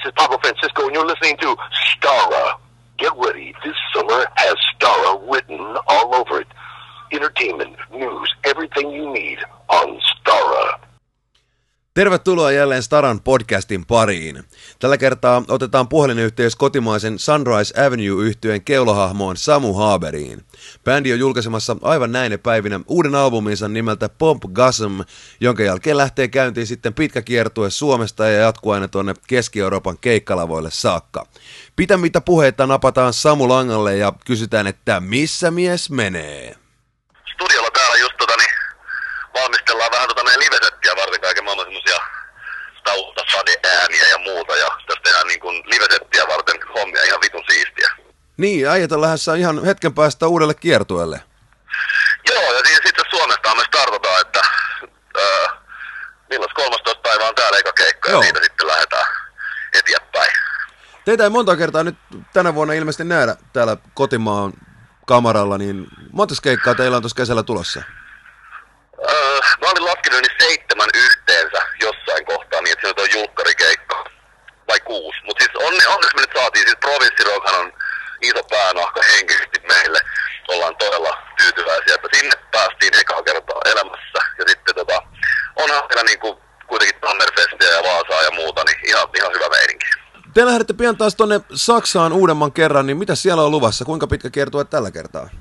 is Pablo Francisco, and you're listening to Stara. Get ready. This summer has Stara written all over it. Entertainment, news, everything you need on Stara. Tervetuloa jälleen Staran podcastin pariin. Tällä kertaa otetaan puhelinyhteys kotimaisen Sunrise Avenue-yhtyeen keulahahmoon Samu Haberiin. Bändi on julkaisemassa aivan näinä päivinä uuden albuminsa nimeltä Popgasm, jonka jälkeen lähtee käyntiin sitten pitkä kiertue Suomesta ja jatkuu aina tuonne Keski-Euroopan keikkalavoille saakka. Pitämättä puheita napataan Samu langalle ja kysytään, että missä mies menee? Studiolla täällä just valmistellaan vähän meidän livesettiä varten kaiken maailman semmosia taustasadeääniä ja muuta, ja tästä tehdään niin kuin livesettiä varten hommia ihan vitun siistiä. Niin, äijät on lähdössä ihan hetken päästä uudelle kiertueelle. Joo, ja siis itse Suomesta me startataan, että milloin 13. päivä on täällä eka keikka, ja siitä sitten lähdetään eteenpäin. Teitä ei monta kertaa nyt tänä vuonna ilmeisesti nähdä täällä kotimaan kamaralla, niin monta keikkaa teillä on tuossa kesällä tulossa? Mä olin laskenut niin 7 yhteensä jossain kohtaa, niin että se on julkkarikeikka. Vai 6. Mutta siis onneksi me nyt saatiin, siis Provinssirockhan on iso päänahka henkisesti meille. Ollaan todella tyytyväisiä, että sinne päästiin ekaa kertaa elämässä. Ja sitten onhan siellä niinku kuitenkin Tammerfestiä ja Vaasaa ja muuta, niin ihan hyvä meininki. Te lähdette pian taas tonne Saksaan uudemman kerran, niin mitä siellä on luvassa? Kuinka pitkä kiertue tällä kertaa?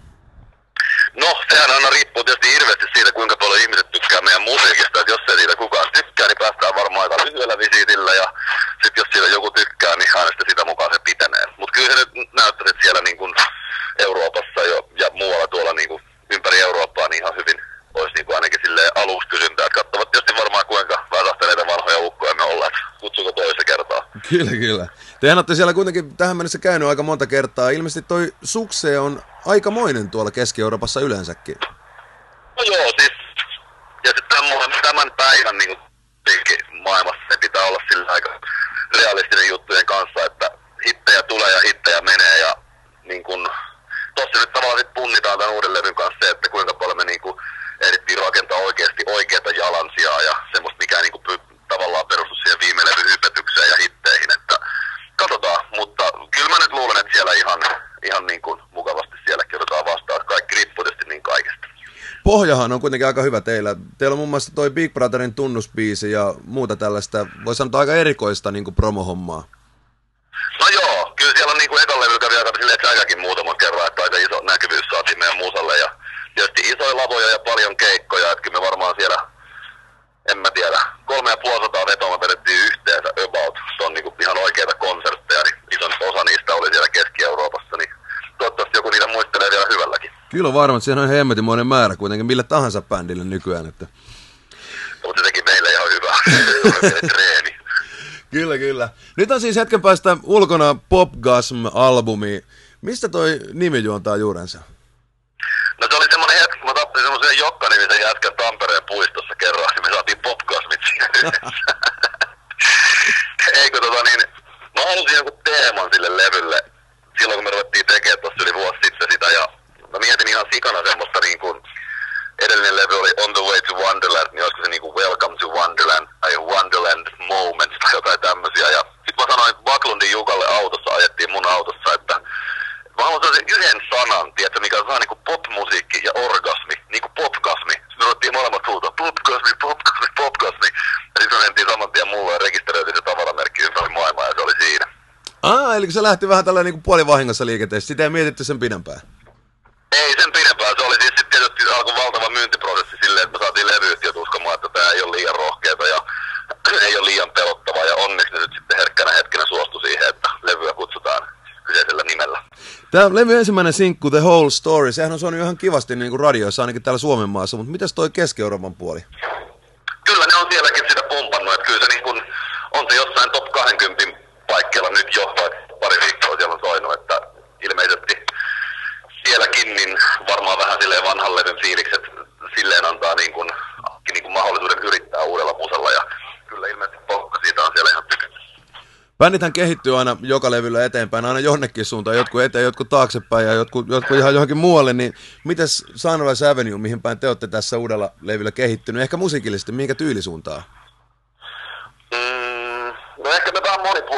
No, sehän aina riippuu tietysti hirveästi siitä, kuinka paljon ihmiset tykkää meidän musiikista. Että jos ei siitä kukaan tykkää, niin päästään varmaan aika lyhyellä visiitillä. Ja sitten jos siitä joku tykkää, niin aina sitä mukaan se pitenee. Mutta kyllä se nyt näyttäisi, että siellä niin kuin Euroopassa ja muualla tuolla niin kuin ympäri Eurooppaa niin ihan hyvin olisi niin kuin ainakin silleen aluksi kysyntää. Että katsovat tietysti varmaan kuinka väsähtäneitä vanhoja ukkoja me ollaan. Kutsuko toista kertaa? Kyllä. Tehän olette siellä kuitenkin tähän mennessä käynyt aika monta kertaa. Ilmeisesti toi sukse on aikamoinen tuolla Keski-Euroopassa yleensäkin. No joo, siis ja tämän päivän niin maailmassa se pitää olla sillä aika realistinen juttujen kanssa, että hittejä tulee ja hittejä menee ja niin kun, tossa nyt tavallaan sit punnitaan tämän uuden levyn kanssa se, että kuinka paljon me niin kun ehdittiin rakentaa oikeasti oikeata jalansijaa ja semmoista mikä niin kun tavallaan perustu siihen viime levyn hypetykseen ja hitteihin, että katsotaan, mutta kyllä mä nyt luulen, että siellä ihan niin kuin mukavasti sielläkin otetaan vastaan, kaikki riippuu tietysti niin kaikesta. Pohjahan on kuitenkin aika hyvä teillä. Teillä on muun muassa toi Big Brotherin tunnusbiisi ja muuta tällaista, voi sanoa aika erikoista niin kuin promohommaa. No joo, kyllä siellä on niin kuin ekan levyllä kävi aika silleen säkäkin muutaman kerran, että aika iso näkyvyys saatiin meidän musalle ja tietysti isoja lavoja ja paljon keikkoja, että kyllä me varmaan siellä, en mä tiedä, 350 vetoa me vedettiin yhteensä about. Se on niinku ihan oikeita konsertteja, niin ison osa niistä oli siellä Keski-Euroopassa, niin toivottavasti joku niitä muistelee vielä hyvälläkin. Kyllä varmaan, että siinä on hemmetimoinen määrä kuitenkin mille tahansa bändille nykyään. Että... Mutta se teki meille ihan hyvä, treeni. Kyllä. Nyt on siis hetken päästä ulkona Popgasm-albumi. Mistä toi nimi juontaa juurensa? No se oli semmonen hetki, kun mä tappin semmoisen Jokka-nimisen jätkän Tampereen puistossa kerran, niin me saatiin Popgasmit siinä yhdessä. Eikö mä halusin jonkun teeman sille levylle silloin, kun me ruvettiin tekemään tossa yli vuosi sitten sitä, ja mä mietin ihan sikana semmoista niin kuin edellinen levy oli On the Way to Wonderland, niin olisiko se niin kuin Welcome to Wonderland, tai Wonderland Moment, tai jotain tämmösiä, ja sit mä sanoin Backlundin Jukalle autossa, ajettiin mun autossa, että mä haluan sellaisen yhden sanan, tiedätkö, mikä on vähän niin kuin popmusiikki ja orgasmi, niin kuin popgasmi. Sitten me ruvettiin molemmat huutaa, popgasmi. Ja sitten me mentiin saman tien mulle ja rekisteröitiin se tavaramerkki ympäri maailmaa ja se oli siinä. Eli se lähti vähän tällainen niin puolivahingossa liikenteessä. Sitä ei mietitty sen pidempään. Ei sen pidempään. Se oli siis sitten tietysti alkoi valtava myyntiprosessi silleen, että me saatiin levyyhtiöt uskomaan, että tämä ei ole liian rohkeata ja ei ole liian pelottavaa. Ja onneksi ne nyt sitten herkkänä hetkenä suostui siihen, että levyä kutsutaan kyseisellä nimellä. Tämä levy ensimmäinen sinkku, The Whole Story, sehän on soinut ihan kivasti niin kuin radioissa, ainakin täällä Suomen maassa, mutta mitäs toi Keski-Euroopan puoli? Kyllä ne on sielläkin sitä pumpannut, että kyllä se niin kuin, on se jossain top 20 paikkeilla nyt jo, vaikka pari viikkoa siellä on soinut, että ilmeisesti sielläkin niin varmaan vähän silleen vanhan levyn fiilikset silleen antaa niin kuin mahdollisuuden yrittää uudella musalla ja kyllä ilmeisesti porukka siitä on siellä ihan tykätty. Bändithän kehittyy aina joka levyllä eteenpäin, aina jonnekin suuntaan, jotkut eteen, jotkut taaksepäin ja jotkut ihan johonkin muualle, niin mites Sunrise Avenue, mihin päin te olette tässä uudella levyllä kehittynyt, ehkä musiikillisesti, mihinkä tyylisuuntaan? No ehkä me vähän monipuolistettiin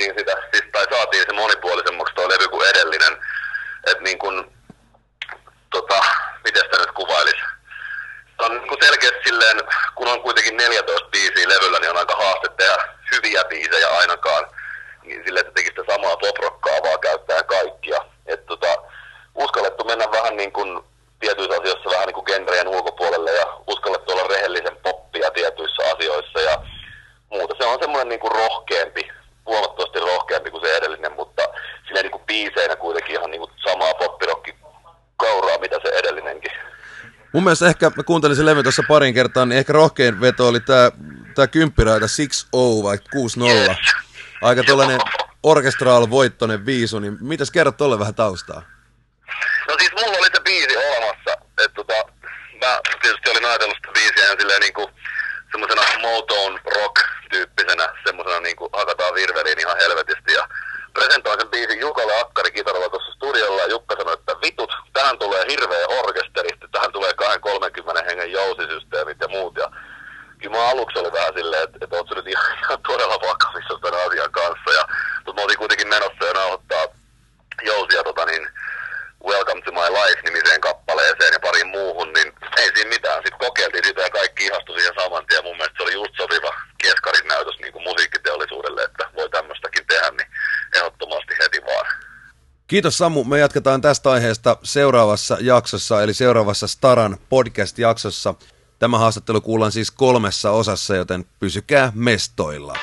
tehtiin sitä, siis, tai saatiin se monipuolisemmaksi tuo levy kuin edellinen. Että niin kuin, miten sitä nyt kuvailisi? Se on niin kuin selkeästi silleen, kun on kuitenkin 14 biisiä levyllä, niin on aika haaste tehdä hyviä biisejä ainakaan. Niin silleen, että tekisi sitä samaa pop-rockaa vaan käyttää kaikkia. Että uskallettu mennä vähän niin kuin tietyissä asioissa vähän niin kuin genrejen ulkopuolelle ja uskallettu olla rehellisen poppia tietyissä asioissa ja muuta. Se on semmoinen niin kuin rohkeampi, huomattavasti rohkeampi kuin se edellinen, mutta silleen niin kuin biiseinä kuitenkin ihan niin kuin samaa poppirokki kauraa, mitä se edellinenkin. Mun mielestä ehkä, mä kuuntelin sen levy tuossa parin kertaa, niin ehkä rohkein veto oli tää kymppiraita 6-0 vai 6-0. Yes. Aika tuollainen orkestraal-voittoinen viisu, niin mitäs kerrot tolle vähän taustaa? No siis mulla oli se biisi olemassa, että mä tietysti olin ajatellut sitä biisiä ihan silleen niinku semmosena Motown rock-tyyppisenä, semmosena niinku hakataan virveliin ihan helvetisti ja presentoin sen biisin Jukalle Akkari kitaralla tuossa studiolla ja Jukka sanoi, että vitut, tähän tulee hirveä orkesteri, tähän tulee 20-30 hengen jousisysteemit ja muut ja kyllä mä aluksi oli vähän silleen, että oot sä nyt ihan todella vakavissa tämän asian kanssa ja mutta me oltiin kuitenkin menossa ja nauhoittaa jousia Welcome to my life-nimiseen kappaleeseen ja pariin muuhun, niin ei siinä mitään. Sitten kokeiltiin sitä ja kaikki ihastui siihen saman tien. Mun mielestä se oli just sopiva keskarin näytös niin kuin musiikkiteollisuudelle, että voi tämmöistäkin tehdä, niin ehdottomasti heti vaan. Kiitos Samu. Me jatketaan tästä aiheesta seuraavassa jaksossa, eli seuraavassa Staran podcast-jaksossa. Tämä haastattelu kuullaan siis 3 osassa, joten pysykää mestoilla.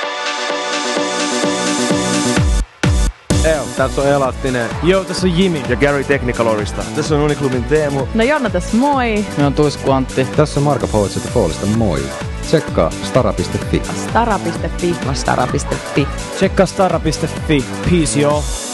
Tässä on Elastinen. Joo, tässä on Jimi. Ja Gary Technicalorista. Tässä on Uniklubin Teemu. No Jonna tässä moi. Me on Tuisku Antti. Tässä on Marko Poetsilta Foolista moi. Tsekkaa stara.fi. Stara.fi. Stara.fi. Tsekkaa stara.fi. Peace, y'all.